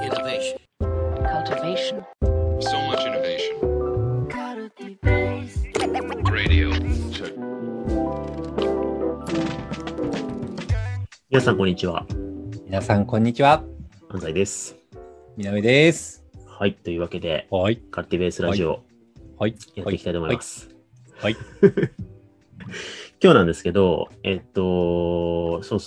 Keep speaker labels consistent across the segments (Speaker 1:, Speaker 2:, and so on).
Speaker 1: Innovation.
Speaker 2: Cultivation.
Speaker 3: So much innovation. Radio. Check.
Speaker 1: 皆さんこんにちは。
Speaker 4: 皆さんこんにちは。
Speaker 1: 安西です。
Speaker 4: 南です。
Speaker 1: はい、というわけで、
Speaker 4: はい。
Speaker 1: カルティベースラジオ
Speaker 4: はい。
Speaker 1: やっていきたいと思います。
Speaker 4: はい。
Speaker 1: 今日なんですけど、そう、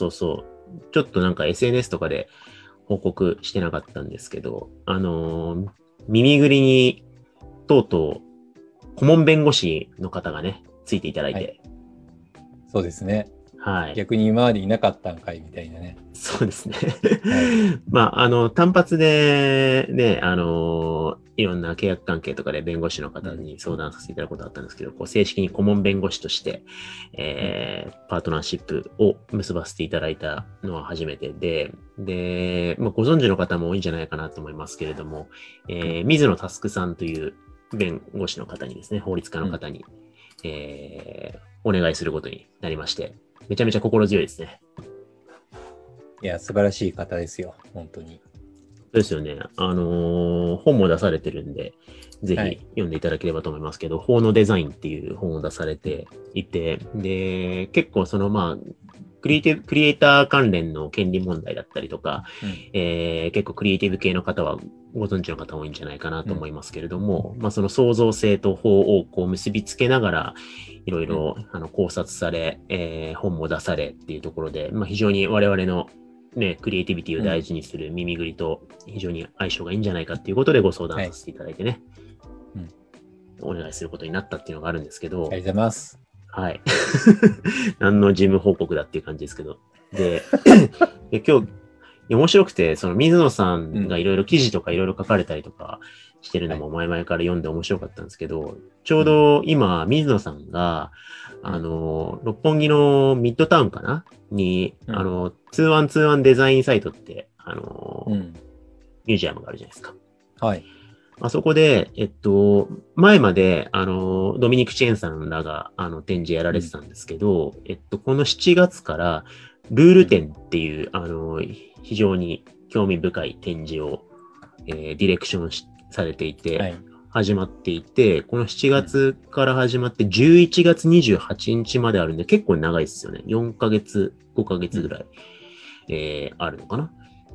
Speaker 1: ちょっとなんか SNS とかで報告してなかったんですけど、耳ぐりにとうとう顧問弁護士の方がね、ついていただいて、
Speaker 4: はい、そうですね。
Speaker 1: はい。
Speaker 4: 逆に今までいなかったんかいみたいなね。
Speaker 1: そうですね。
Speaker 4: はい、
Speaker 1: まあ、単発でね、いろんな契約関係とかで弁護士の方に相談させていただくことがあったんですけど、こう正式に顧問弁護士として、パートナーシップを結ばせていただいたのは初めてで、まあ、ご存知の方も多いんじゃないかなと思いますけれども、水野佑さんという弁護士の方にですね、法律家の方に、お願いすることになりまして、めちゃめちゃ心強いですね。
Speaker 4: いや、素晴らしい方ですよ、本当に。
Speaker 1: そうですよね。本も出されてるんで、ぜひ読んでいただければと思いますけど、法のデザインっていう本を出されていて、で、結構クリエイター関連の権利問題だったりとか、結構クリエイティブ系の方はご存知の方多いんじゃないかなと思いますけれども、まあその創造性と法をこう結びつけながら、いろいろ考察され、本も出されっていうところで、まあ非常に我々のね、クリエイティビティを大事にする耳ぐりと非常に相性がいいんじゃないかっていうことでご相談させていただいてね、お願いすることになったっていうのがあるんですけど、
Speaker 4: ありがとうございます。
Speaker 1: はい。何の事務報告だっていう感じですけど。で、今日、面白くて、その水野さんがいろいろ記事とかいろいろ書かれたりとかしてるのも前々から読んで面白かったんですけど、ちょうど今、水野さんが、六本木のミッドタウンかなに、2-1-2-1デザインサイトって、ミュージアムがあるじゃないですか。
Speaker 4: はい。
Speaker 1: あそこで、前まで、ドミニク・チェーンさんらが、展示やられてたんですけど、この7月から、ルール展っていう、非常に興味深い展示を、ディレクションされていて、はい、始まっていて、この7月から始まって11月28日まであるんで、結構長いですよね。4ヶ月、5ヶ月ぐらい、あるのかな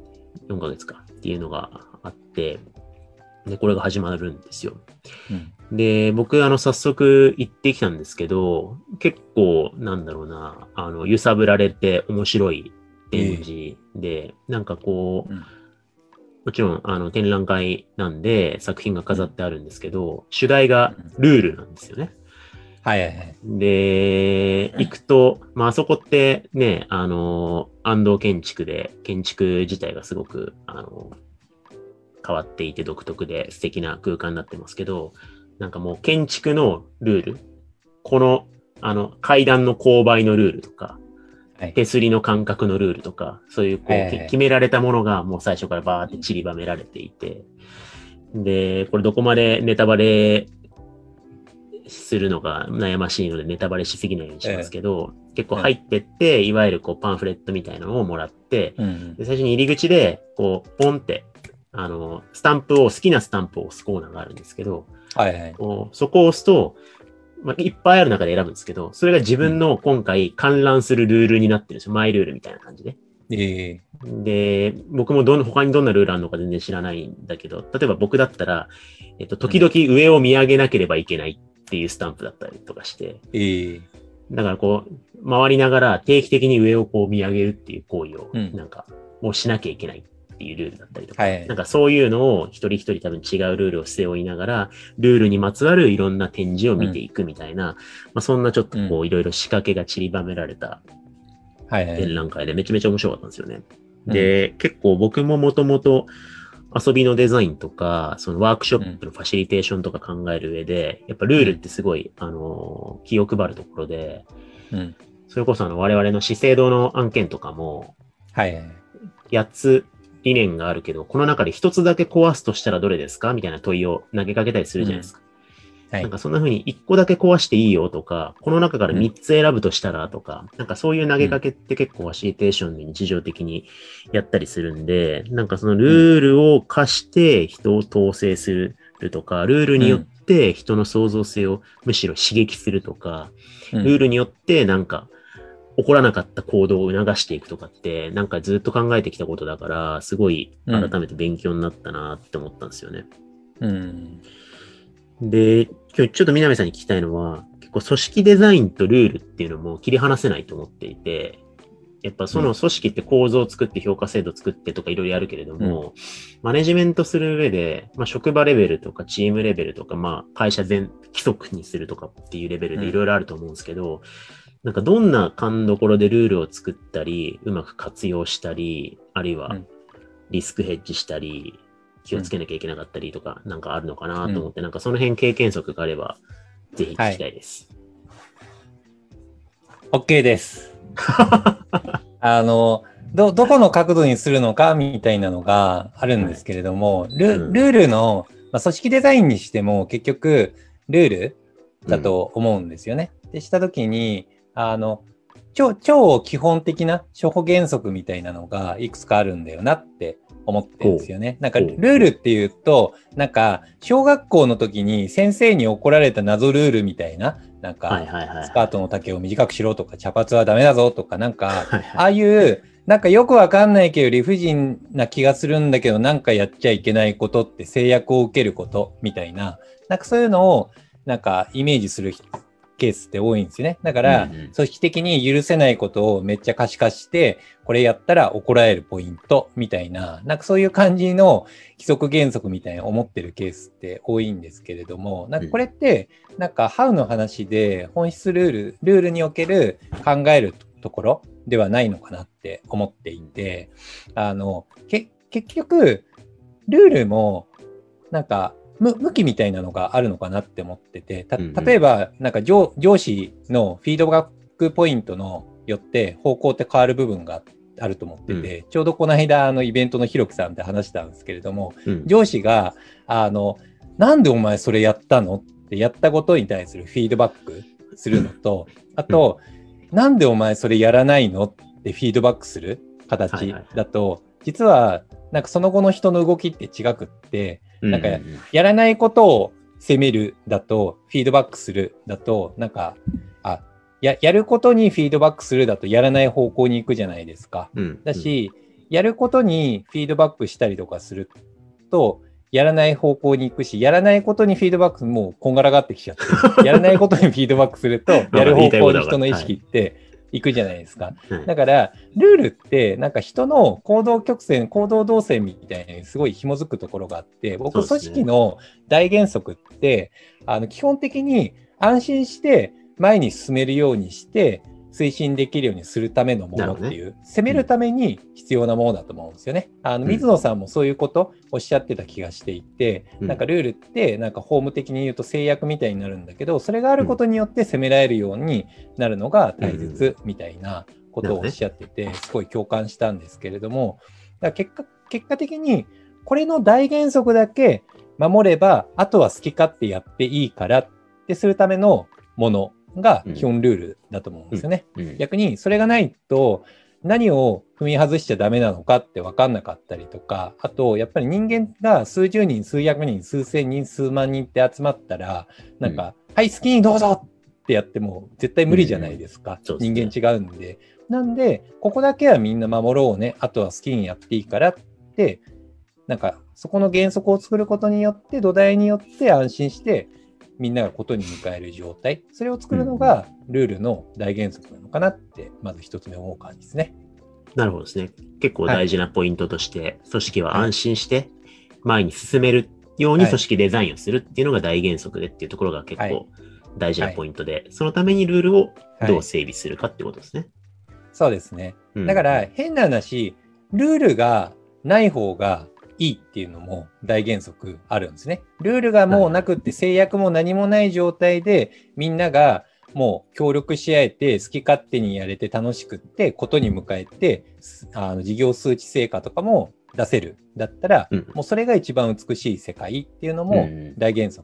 Speaker 1: ?4 ヶ月かっていうのがあって、で、これが始まるんですよ。で、僕、早速行ってきたんですけど、結構、なんだろうな、揺さぶられて面白い展示で、なんかこう、もちろん、展覧会なんで作品が飾ってあるんですけど、主題がルールなんですよね。
Speaker 4: はいはいはい。
Speaker 1: で、行くと、まあ、あそこってね、安藤建築で、建築自体がすごく、変わっていて独特で素敵な空間になってますけど、なんかもう建築のルール、この、階段の勾配のルールとか、手すりの間隔のルールとか、そういうこう、決められたものがもう最初からバーって散りばめられていて、で、これどこまでネタバレするのが悩ましいのでネタバレしすぎないようにしますけど、結構入ってって、いわゆるこうパンフレットみたいなのをもらって、で最初に入り口で、こう、ポンって、スタンプを、好きなスタンプを押すコーナーがあるんですけど、そこを押すと、まあ、いっぱいある中で選ぶんですけど、それが自分の今回観覧するルールになってるんですよ。マイルールみたいな感じで。で、僕も他にどんなルールあるのか全然知らないんだけど、例えば僕だったら、時々上を見上げなければいけないっていうスタンプだったりとかして、だからこう、回りながら定期的に上をこう見上げるっていう行為を、なんか、もうしなきゃいけない。っていうルールだったりとか、なんかそういうのを一人一人多分違うルールを背負いながら、ルールにまつわるいろんな展示を見ていくみたいな、まあそんなちょっとこういろいろ仕掛けが散りばめられた展覧会でめちゃめちゃ面白かったんですよね。で、結構僕ももともと遊びのデザインとか、そのワークショップのファシリテーションとか考える上で、やっぱルールってすごい、気を配るところで、それこそ我々の資生堂の案件とかも、8つ、理念があるけど、この中で一つだけ壊すとしたらどれですかみたいな問いを投げかけたりするじゃないですか。 なんかそんな風に1個だけ壊していいよとか、この中から3つ選ぶとしたらとか、なんかそういう投げかけって結構ファシリテーションで日常的にやったりするんで、なんかそのルールを課して人を統制するとか、ルールによって人の創造性をむしろ刺激するとか、ルールによってなんか起こらなかった行動を促していくとかって、なんかずっと考えてきたことだから、すごい改めて勉強になったなって思ったんですよね。で、今日ちょっと南さんに聞きたいのは、結構組織デザインとルールっていうのも切り離せないと思っていて、やっぱその組織って構造を作って評価制度作ってとかいろいろやるけれども、マネジメントする上で、職場レベルとかチームレベルとか、会社規則にするとかっていうレベルでいろいろあると思うんですけど、なんかどんな勘どころでルールを作ったり、うまく活用したり、あるいはリスクヘッジしたり、気をつけなきゃいけなかったりとか、なんかあるのかなと思って、なんかその辺経験則があれば、ぜひ聞きたいです。
Speaker 4: OK です。どこの角度にするのかみたいなのがあるんですけれども、ルールの、組織デザインにしても結局ルールだと思うんですよね。でしたときに、超基本的な処方原則みたいなのがいくつかあるんだよなって思ってるんですよね。なんかルールっていうと、なんか小学校の時に先生に怒られた謎ルールみたいな、なんかスカートの丈を短くしろとか茶髪はダメだぞとかなんか、ああいうなんかよくわかんないけど理不尽な気がするんだけどなんかやっちゃいけないことって制約を受けることみたいな、なんかそういうのをなんかイメージするケースって多いんですよね。だから、組織的に許せないことをめっちゃ可視化して、これやったら怒られるポイントみたいな、なんかそういう感じの規則原則みたいな思ってるケースって多いんですけれども、なんかこれって、なんか How の話で本質ルールにおける考えるところではないのかなって思っていて、結局、ルールも、なんか、向きみたいなのがあるのかなって思ってて、例えば、なんか上司のフィードバックポイントのよって方向って変わる部分があると思ってて、ちょうどこの間、イベントのひろきさんって話したんですけれども、上司が、なんでお前それやったのってやったことに対するフィードバックするのと、あと、なんでお前それやらないのってフィードバックする形だと、実は、なんかその後の人の動きって違くって、なんかやらないことを責めるだと、フィードバックするだと、なんか、やることにフィードバックするだとやらない方向に行くじゃないですか。だし、やることにフィードバックしたりとかすると、やらない方向に行くし、やらないことにフィードバックもうこんがらがってきちゃって、やらないことにフィードバックすると、やる方向に人の意識って行くじゃないですか。だから、ルールって、なんか人の行動曲線、行動動線みたいにすごい紐づくところがあって、僕、組織の大原則って、基本的に安心して前に進めるようにして、推進できるようにするためのものっていう、攻めるために必要なものだと思うんですよね。水野さんもそういうことおっしゃってた気がしていて、なんかルールって、なんか法務的に言うと制約みたいになるんだけど、それがあることによって攻められるようになるのが大切みたいなことをおっしゃってて、すごい共感したんですけれども、だから結果的に、これの大原則だけ守れば、あとは好き勝手やっていいからってするためのものが基本ルールだと思うんですよね。逆にそれがないと何を踏み外しちゃダメなのかって分かんなかったりとか、あとやっぱり人間が数十人、数百人、数千人、数万人って集まったら、なんか、はい、好きにどうぞってやっても絶対無理じゃないですか。人間違うんで。なんで、ここだけはみんな守ろうね。あとは好きにやっていいからって、なんかそこの原則を作ることによって、土台によって安心して、みんながことに迎える状態、それを作るのがルールの大原則なのかなって、まず一つ目思う感じですね。
Speaker 1: なるほどですね。結構大事なポイントとして、組織は安心して前に進めるように組織デザインをするっていうのが大原則でっていうところが結構大事なポイントで、そのためにルールをどう整備するかってことですね。
Speaker 4: そうですね。だから変な話、ルールがない方がいいっていうのも大原則あるんですね。ルールがもうなくって制約も何もない状態でみんながもう協力し合えて好き勝手にやれて楽しくってことに迎えて事業数値成果とかも出せるだったら、もうそれが一番美しい世界っていうのも大原則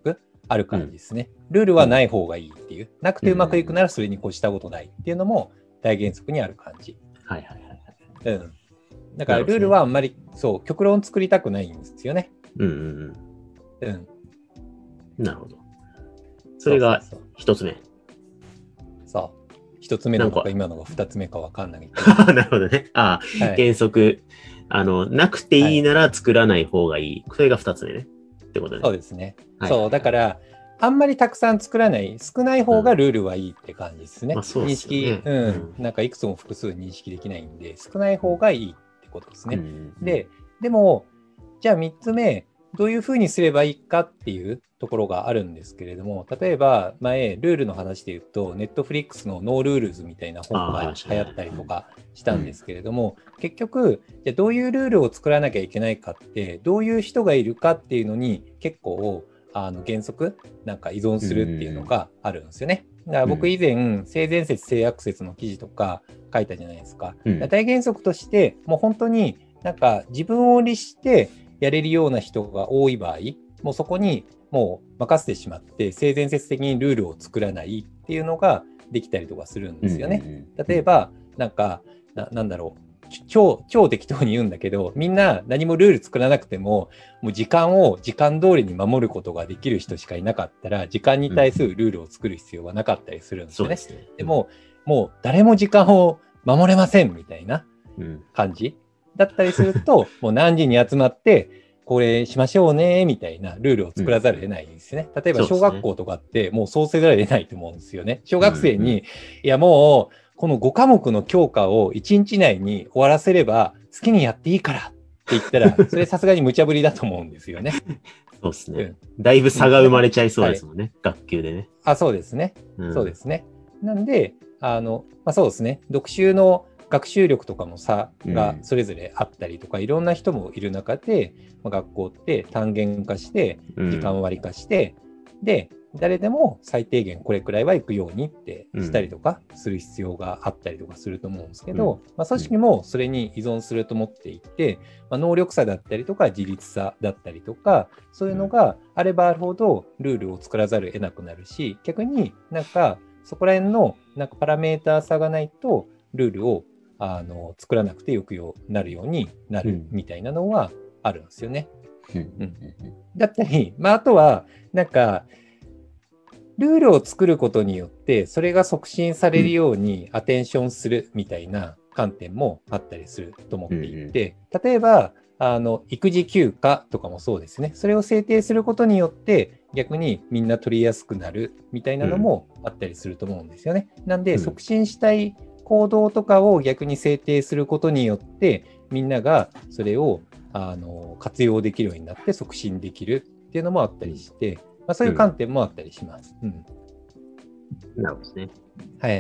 Speaker 4: ある感じですね。ルールはない方がいいっていう。なくてうまくいくならそれに越したことないっていうのも大原則にある感じ。
Speaker 1: はいはいはい。
Speaker 4: うん。だからルールはあんまり、そう、極論作りたくないんですよね。
Speaker 1: うんうん
Speaker 4: うん。
Speaker 1: うん。なるほど。それが一つ目。
Speaker 4: そう。一つ目なのか今のが二つ目かわかんないけ
Speaker 1: ど。なるほどね。ああ、はい、原則。なくていいなら作らない方がいい。それが二つ目ね。ってことね。
Speaker 4: そうですね。はい、そう。だから、あんまりたくさん作らない、少ない方がルールはいいって感じですね。
Speaker 1: まあそうですね。
Speaker 4: 認識、なんかいくつも複数認識できないんで、少ない方がいいってことですね。でも、じゃあ3つ目、どういうふうにすればいいかっていうところがあるんですけれども、例えば前、ルールの話で言うと、ネットフリックスのノールールズみたいな本が流行ったりとかしたんですけれども、結局、じゃあどういうルールを作らなきゃいけないかって、どういう人がいるかっていうのに結構、原則なんか依存するっていうのがあるんですよね。だから僕以前、性善説性悪説の記事とか書いたじゃないですか。大原則としてもう本当になんか自分を律してやれるような人が多い場合、もうそこにもう任せてしまって性善説的にルールを作らないっていうのができたりとかするんですよね。例えばなんかなんだろう。超適当に言うんだけど、みんな何もルール作らなくても、もう時間を時間通りに守ることができる人しかいなかったら、時間に対するルールを作る必要はなかったりするんですよね。でも、もう誰も時間を守れませんみたいな感じだったりすると、もう何時に集まって、これしましょうね、みたいなルールを作らざるを得ないんですよね。例えば小学校とかって、もうそうせざるを得ないと思うんですよね。小学生に、いやもう、この5科目の教科を1日以内に終わらせれば好きにやっていいからって言ったら、それさすがに無茶ぶりだと思うんですよね。
Speaker 1: そうですね。だいぶ差が生まれちゃいそうですもんね。学級でね。
Speaker 4: そうですね。そうですね。なんで、そうですね。読習の学習力とかも差がそれぞれあったりとか、いろんな人もいる中で、学校って単元化して、時間割化して、で、誰でも最低限これくらいは行くようにってしたりとかする必要があったりとかすると思うんですけど、組織もそれに依存すると思っていて、能力差だったりとか自立差だったりとか、そういうのがあればあるほどルールを作らざるを得なくなるし、逆になんかそこら辺のなんかパラメーター差がないとルールを作らなくてよくなるようになるみたいなのはあるんですよね。だったり、あとはなんかルールを作ることによってそれが促進されるようにアテンションするみたいな観点もあったりすると思っていて、例えば育児休暇とかもそうですね。それを制定することによって逆にみんな取りやすくなるみたいなのもあったりすると思うんですよね。なんで促進したい行動とかを逆に制定することによってみんながそれを活用できるようになって促進できるっていうのもあったりして、そういう観点もあったりします。
Speaker 1: なるほどね。
Speaker 4: はい。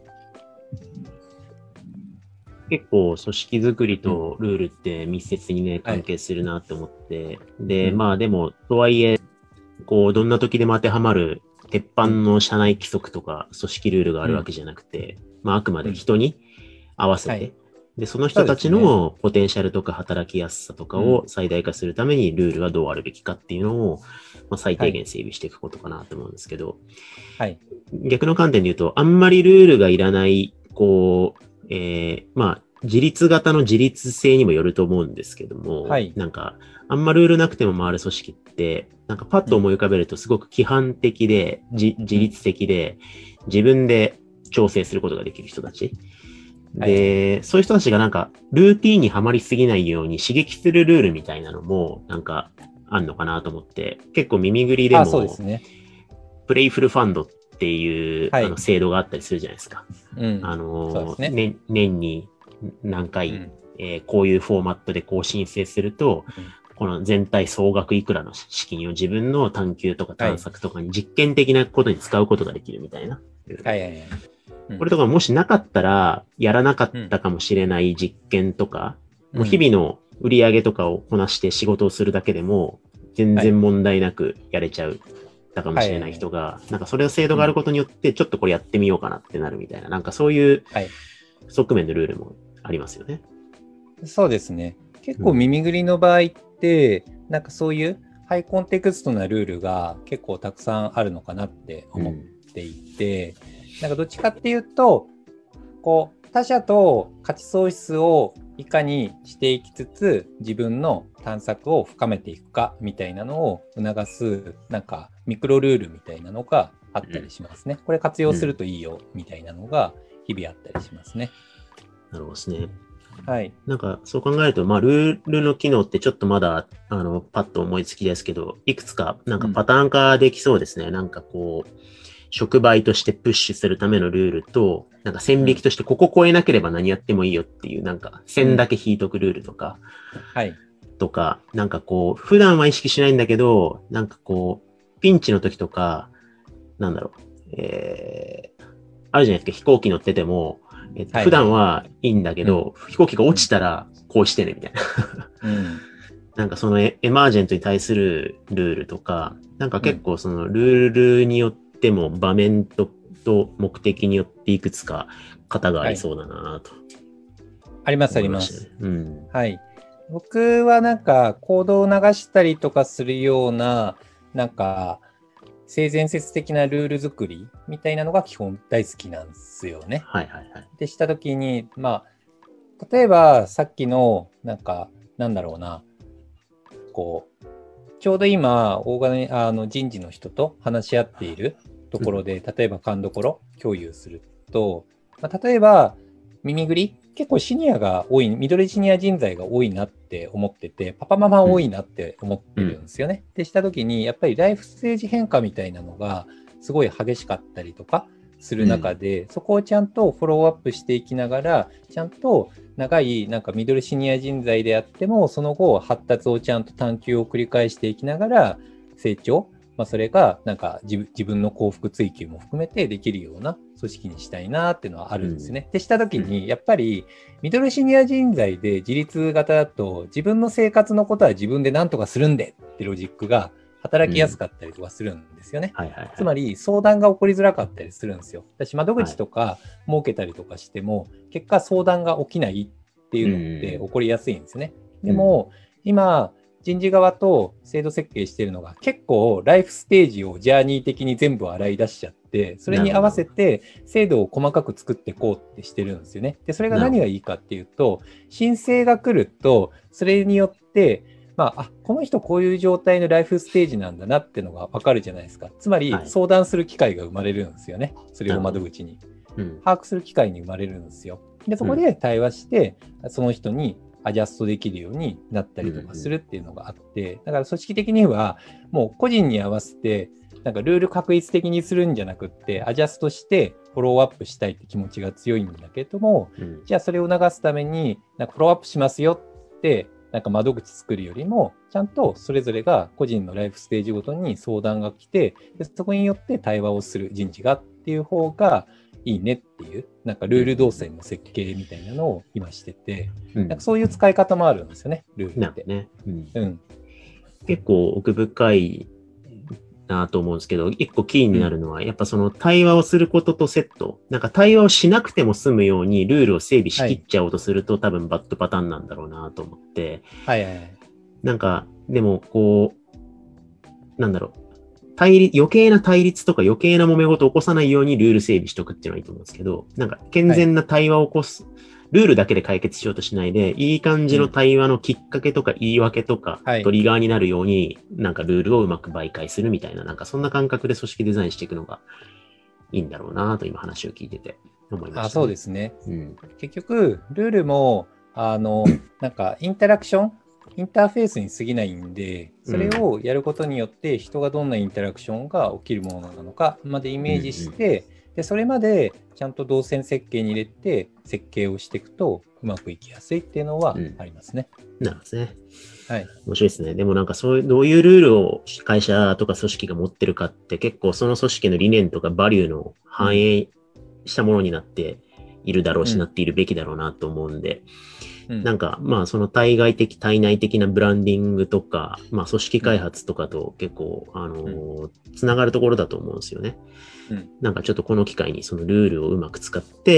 Speaker 1: 結構組織づくりとルールって密接にね、関係するなって思って、で、でも、とはいえ、どんな時でも当てはまる鉄板の社内規則とか組織ルールがあるわけじゃなくて、あくまで人に合わせて、で、その人たちのポテンシャルとか働きやすさとかを最大化するためにルールはどうあるべきかっていうのを、最低限整備していくことかなと思うんですけど、逆の観点で言うと、あんまりルールがいらない、自立型の自立性にもよると思うんですけども、なんか、あんまルールなくても回る組織って、なんかパッと思い浮かべるとすごく規範的で、自律的で、自分で調整することができる人たち。で、そういう人たちがなんか、ルーティーンにはまりすぎないように刺激するルールみたいなのも、なんか、あんのかなと思って、結構耳ぐりでも、プレイフルファンドっていう、制度があったりするじゃないですか。年に何回、こういうフォーマットでこう申請すると、この全体総額いくらの資金を自分の探求とか探索とかに実験的なことに使うことができるみたいな。これとかもしなかったらやらなかったかもしれない実験とか、もう日々の売り上げとかをこなして仕事をするだけでも全然問題なくやれちゃう。だかもしれない人が、なんかそれを制度があることによってちょっとこれやってみようかなってなるみたいな、なんかそういう側面のルールもありますよね。
Speaker 4: そうですね。結構耳ぐりの場合って、なんかそういうハイコンテクストなルールが結構たくさんあるのかなって思っていて、なんかどっちかっていうと、こう他者と価値創出をいかにしていきつつ自分の探索を深めていくかみたいなのを促すなんかミクロルールみたいなのがあったりしますね。これ活用するといいよみたいなのが日々あったりしますね。
Speaker 1: なるほどですね。
Speaker 4: はい。
Speaker 1: なんかそう考えると、まあルールの機能ってちょっとまだパッと思いつきですけど、いくつかなんかパターン化できそうですね。なんかこう触媒としてプッシュするためのルールと、なんか線引きとしてここ超えなければ何やってもいいよっていう、なんか線だけ引いとくルールとか、
Speaker 4: はい。
Speaker 1: とか、なんかこう、普段は意識しないんだけど、なんかこう、ピンチの時とか、なんだろう、あるじゃないですか、飛行機乗ってても、普段はいいんだけど、飛行機が落ちたらこうしてね、みたいな。なんかそのエマージェントに対するルールとか、なんか結構そのルールによっても場面と目的によっていくつか型がありそうだなと、
Speaker 4: ありますあります。
Speaker 1: うん。
Speaker 4: はい。僕はなんかコードを流したりとかするような、なんか性善説的なルール作りみたいなのが基本大好きなんですよね。
Speaker 1: はいはいはい。
Speaker 4: でしたときに、まあ、例えばさっきの、なんか、なんだろうな、こう、ちょうど今、人事の人と話し合っているところで、例えば勘どころ共有すると、まあ、例えば、耳ぐり結構シニアが多い、ミドルシニア人材が多いなって思ってて、パパママ多いなって思ってるんですよね。でしたときに、やっぱりライフステージ変化みたいなのがすごい激しかったりとかする中で、そこをちゃんとフォローアップしていきながら、ちゃんと長いなんかミドルシニア人材であっても、その後発達をちゃんと探求を繰り返していきながら成長、まあ、それがなんか自分の幸福追求も含めてできるような組織にしたいなっていうのはあるんですよね。でしたときに、やっぱりミドルシニア人材で自立型だと、自分の生活のことは自分で何とかするんでってロジックが働きやすかったりとかするんですよね。つまり相談が起こりづらかったりするんですよ。私窓口とか設けたりとかしても、結果相談が起きないっていうのって起こりやすいんですね。でも今人事側と制度設計しているのが結構ライフステージをジャーニー的に全部洗い出しちゃって、それに合わせて制度を細かく作っていこうってしてるんですよね。で、それが何がいいかっていうと、申請が来ると、それによって、まあ、この人こういう状態のライフステージなんだなっていうのが分かるじゃないですか。つまり相談する機会が生まれるんですよね。それを窓口に。把握する機会に生まれるんですよ。で、そこで対話して、その人にアジャストできるようになったりとかするっていうのがあって、だから組織的にはもう個人に合わせて、なんかルール確一的にするんじゃなくって、アジャストしてフォローアップしたいって気持ちが強いんだけども、じゃあそれを促すために、なんかフォローアップしますよって、なんか窓口作るよりも、ちゃんとそれぞれが個人のライフステージごとに相談が来て、でそこによって対話をする人事がっていう方がいいねっていう、なんかルール動線の設計みたいなのを今してて、なんかそういう使い方もあるんですよね、ルールって。
Speaker 1: ね。結構奥深いなと思うんですけど、一個キーになるのは、やっぱその対話をすることとセット。なんか対話をしなくても済むようにルールを整備しきっちゃおうとすると、多分バッドパターンなんだろうなと思って。なんか、でもこう、なんだろう。余計な対立とか余計な揉め事を起こさないようにルール整備しとくっていうのはいいと思うんですけど、なんか健全な対話を起こす、ルールだけで解決しようとしないで、いい感じの対話のきっかけとか言い訳とか、トリガーになるように、なんかルールをうまく媒介するみたいな、なんかそんな感覚で組織デザインしていくのがいいんだろうなと今話を聞いてて思いました、
Speaker 4: そうですね。結局、ルールも、なんかインタラクションインターフェースに過ぎないんで、それをやることによって人がどんなインタラクションが起きるものなのかまでイメージして、でそれまでちゃんと動線設計に入れて設計をしていくとうまくいきやすいっていうのはありますね。
Speaker 1: なるほどね。
Speaker 4: はい。
Speaker 1: 面白いですね。でもなんかどういうルールを会社とか組織が持ってるかって結構その組織の理念とかバリューの反映したものになっているだろうし、なっているべきだろうなと思うんで、 なんか、まあ、その対外的、対内的なブランディングとか、まあ、組織開発とかと結構、つながるところだと思うんですよね。なんかちょっとこの機会にそのルールをうまく使って、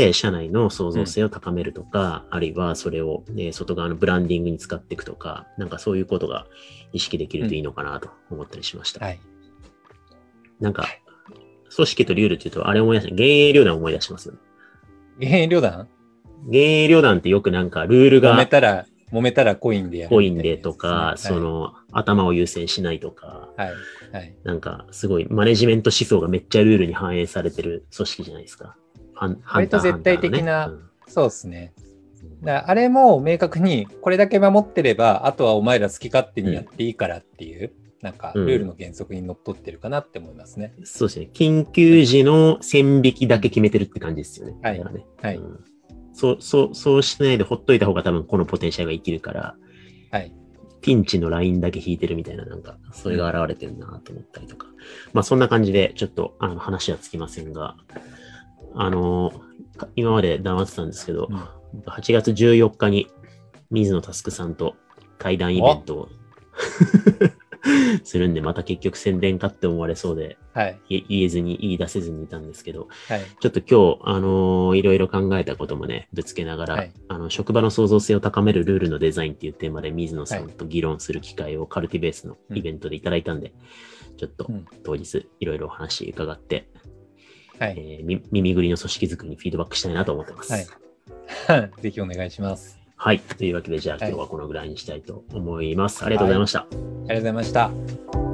Speaker 1: 社内の創造性を高めるとか、あるいはそれを、外側のブランディングに使っていくとか、なんかそういうことが意識できるといいのかなと思ったりしました。なんか、組織とルールっていうと、あれ思い出した、幻影旅団思い出しますよね。
Speaker 4: 幻影旅団？
Speaker 1: 幻影旅団ってよくなんかルールが
Speaker 4: 揉めたらコインでやる。
Speaker 1: コインでとか、その頭を優先しないとか、なんかすごいマネジメント思想がめっちゃルールに反映されてる組織じゃないですか。
Speaker 4: 割と絶対的な、そうですね。あれも明確にこれだけ守ってれば、あとはお前ら好き勝手にやっていいからっていう、なんかルールの原則にのっとってるかなって思いますね。
Speaker 1: そうですね。緊急時の線引きだけ決めてるって感じですよね。そうしないでほっといた方が多分このポテンシャルが生きるから、ピンチのラインだけ引いてるみたいな、なんか、それが現れてるなと思ったりとか。まあそんな感じで、ちょっと話はつきませんが、今まで黙ってたんですけど、8月14日に水野佑さんと対談イベントをするんで、また結局宣伝かって思われそうで、言い出せずにいたんですけど、ちょっと今日、いろいろ考えたこともね、ぶつけながら、職場の創造性を高めるルールのデザインっていうテーマで水野さんと議論する機会をカルティベースのイベントでいただいたんで、ちょっと当日いろいろお話伺って、耳ぐりの組織づくりにフィードバックしたいなと思ってます。
Speaker 4: ぜひお願いします。
Speaker 1: はい。というわけで、じゃあ今日はこのぐらいにしたいと思います。ありがとうございました。
Speaker 4: ありがとうございました。